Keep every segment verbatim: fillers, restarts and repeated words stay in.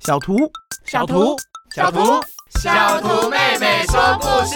小图， 小图，小图，小图妹妹说故事。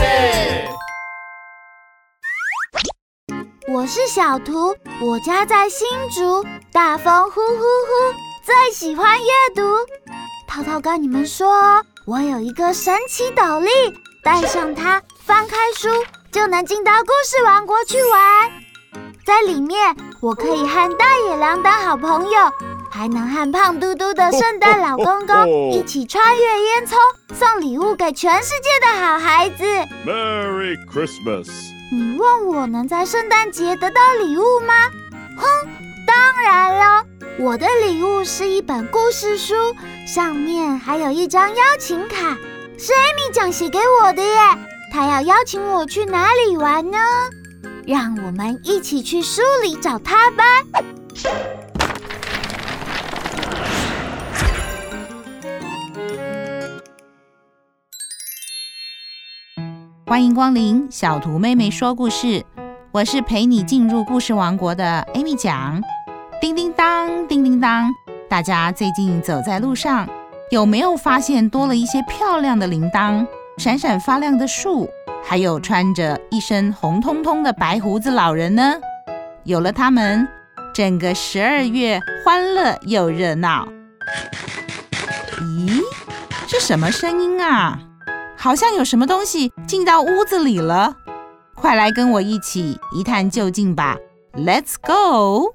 我是小图，我家在新竹，大风呼呼呼，最喜欢阅读。涛涛跟你们说，我有一个神奇斗笠，戴上它，翻开书就能进到故事王国去玩。在里面，我可以和大野狼当好朋友，还能和胖嘟嘟的圣诞老公公一起穿越烟囱，送礼物给全世界的好孩子。 Merry Christmas！ 你问我能在圣诞节得到礼物吗？哼，当然了，我的礼物是一本故事书，上面还有一张邀请卡，是 Amy 讲写给我的耶。她要邀请我去哪里玩呢？让我们一起去书里找她吧。 欢迎光临小图妹妹说故事，我是陪你进入故事王国的 Amy 讲。叮叮当，叮叮当，大家最近走在路上，有没有发现多了一些漂亮的铃铛、闪闪发亮的树，还有穿着一身红彤彤的白胡子老人呢？有了他们，整个十二月欢乐又热闹。咦，是什么声音啊？好像有什么东西进到屋子里了，快来跟我一起一探究竟吧 Let's go！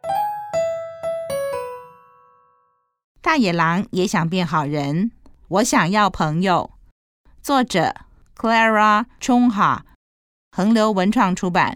大野狼也想变好人，我想要朋友。作者 Clara Chungha， 横流文创出版。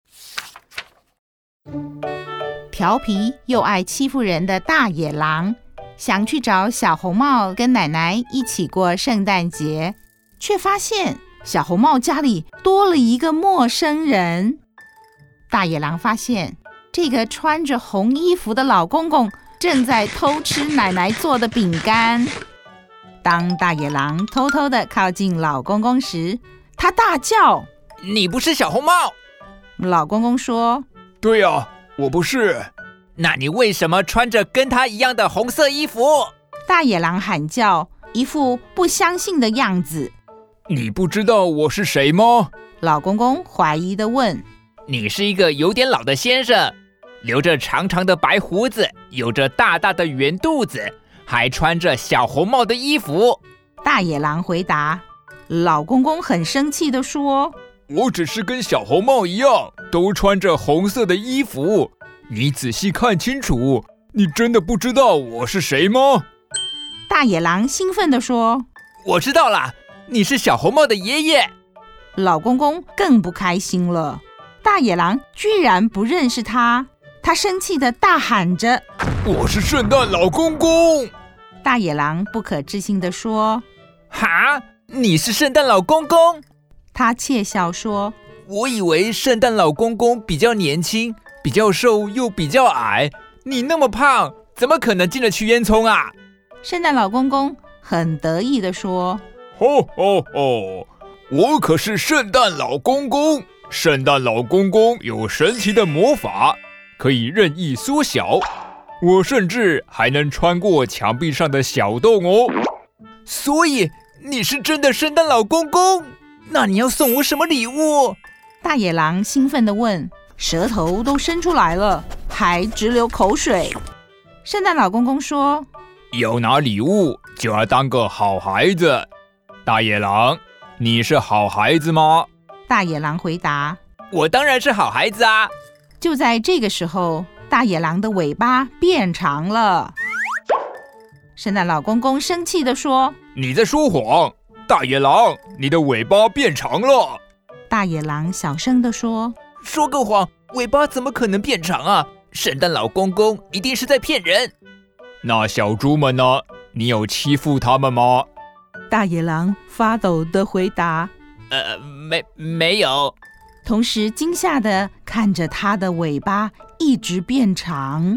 调皮又爱欺负人的大野狼想去找小红帽跟奶奶一起过圣诞节，却发现小红帽家里多了一个陌生人。大野狼发现这个穿着红衣服的老公公正在偷吃奶奶做的饼干。当大野狼偷偷地靠近老公公时，他大叫： 你不是小红帽？ 老公公说： 对啊，我不是。 那你为什么穿着跟他一样的红色衣服？ 大野狼喊叫，一副不相信的样子。 你不知道我是谁吗？ 老公公怀疑地问。 你是一个有点老的先生，留着长长的白胡子，有着大大的圆肚子，还穿着小红帽的衣服。 大野狼回答。老公公很生气地说： 我只是跟小红帽一样，都穿着红色的衣服。你仔细看清楚，你真的不知道我是谁吗？ 大野狼兴奋地说： 我知道了，你是小红帽的爷爷。 老公公更不开心了，大野狼居然不认识他，他生气地大喊着： 我是圣诞老公公！ 大野狼不可置信地说： 哈，你是圣诞老公公？ 他窃笑说： 我以为圣诞老公公比较年轻，比较瘦又比较矮，你那么胖，怎么可能进得去烟囱啊？ 圣诞老公公很得意地说： 吼吼吼，我可是圣诞老公公！圣诞老公公有神奇的魔法，可以任意缩小，我甚至还能穿过墙壁上的小洞哦。 所以你是真的圣诞老公公？那你要送我什么礼物？ 大野狼兴奋地问，舌头都伸出来了，还直流口水。圣诞老公公说： 要拿礼物就要当个好孩子。大野狼，你是好孩子吗？ 大野狼回答： 我当然是好孩子啊。 就在这个时候，大野狼的尾巴变长了。圣诞老公公生气地说： 你在说谎，大野狼，你的尾巴变长了。 大野狼小声地说： 说个谎，尾巴怎么可能变长啊？圣诞老公公一定是在骗人。 那小猪们呢？你有欺负他们吗？ 大野狼发抖地回答： 呃，没没有。 同时惊吓地看着他的尾巴一直变长。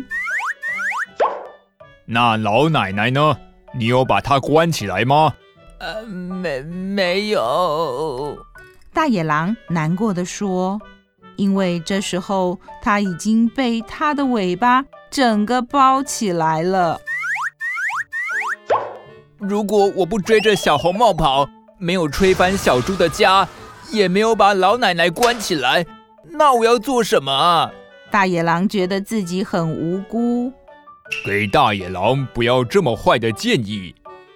那老奶奶呢？你有把她关起来吗？ 呃，没没有。 大野狼难过地说，因为这时候他已经被他的尾巴整个包起来了。 如果我不追着小红帽跑，没有吹翻小猪的家，也没有把老奶奶关起来，那我要做什么啊？ 大野狼觉得自己很无辜。 给大野狼不要这么坏的建议。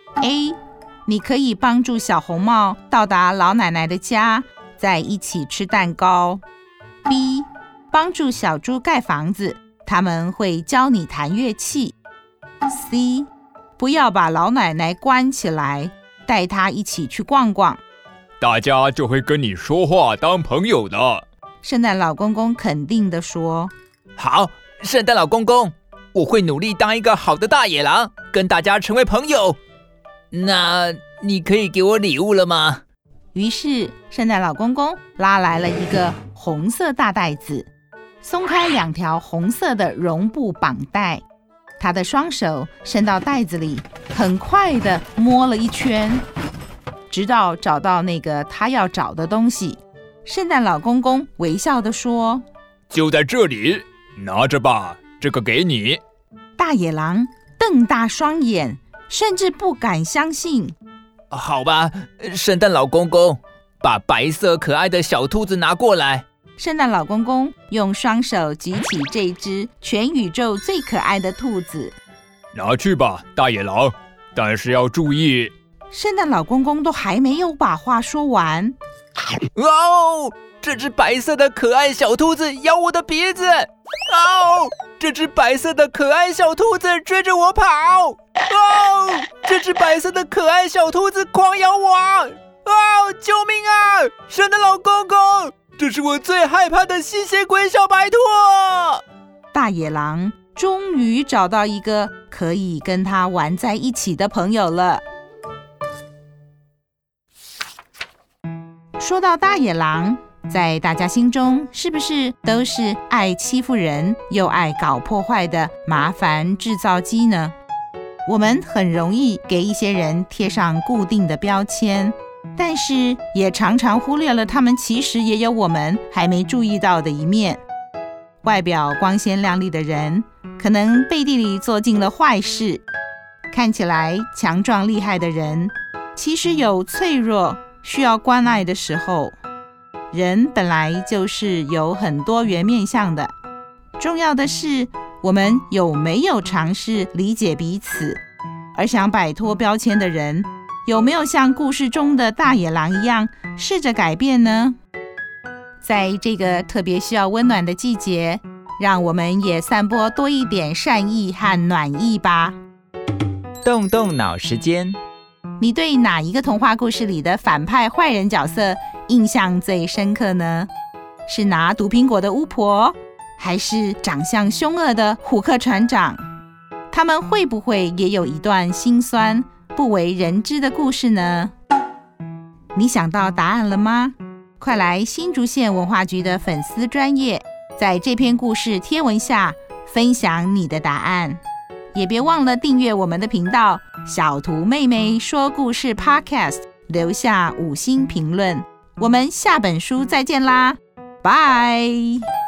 A， 你可以帮助小红帽到达老奶奶的家，再一起吃蛋糕。B， 帮助小猪盖房子，他们会教你弹乐器。C， 不要把老奶奶关起来，带她一起去逛逛， 大家就会跟你说话当朋友的。 圣诞老公公肯定地说。 好，圣诞老公公，我会努力当一个好的大野狼，跟大家成为朋友。那你可以给我礼物了吗？ 于是圣诞老公公拉来了一个红色大袋子，松开两条红色的绒布绑带，他的双手伸到袋子里，很快地摸了一圈，直到找到那个他要找的东西。圣诞老公公微笑地说： 就在这里，拿着吧，这个给你。 大野狼瞪大双眼，甚至不敢相信。 好吧，圣诞老公公，把白色可爱的小兔子拿过来。 圣诞老公公用双手举起这只全宇宙最可爱的兔子。 拿去吧，大野狼，但是要注意。 圣诞老公公都还没有把话说完。 哦，这只白色的可爱小兔子咬我的鼻子！哦，这只白色的可爱小兔子追着我跑！哦，这只白色的可爱小兔子狂咬我！哦，救命啊！圣诞老公公，这是我最害怕的吸血鬼小白兔！ 大野狼终于找到一个可以跟他玩在一起的朋友了。说到大野狼，在大家心中是不是都是爱欺负人又爱搞破坏的麻烦制造机呢？我们很容易给一些人贴上固定的标签，但是也常常忽略了他们其实也有我们还没注意到的一面。外表光鲜亮丽的人，可能背地里做尽了坏事；看起来强壮厉害的人，其实有脆弱需要关爱的时候。人本来就是有很多元面向的，重要的是我们有没有尝试理解彼此。而想摆脱标签的人，有没有像故事中的大野狼一样试着改变呢？在这个特别需要温暖的季节，让我们也散播多一点善意和暖意吧。 动动脑时间， 你对哪一个童话故事里的反派坏人角色印象最深刻呢？是拿毒苹果的巫婆，还是长相凶恶的虎克船长？他们会不会也有一段心酸不为人知的故事呢？你想到答案了吗？快来新竹县文化局的粉丝专页，在这篇故事贴文下分享你的答案。也别忘了订阅我们的频道小图妹妹说故事 Podcast， 留下五星评论。我们下本书再见啦，拜。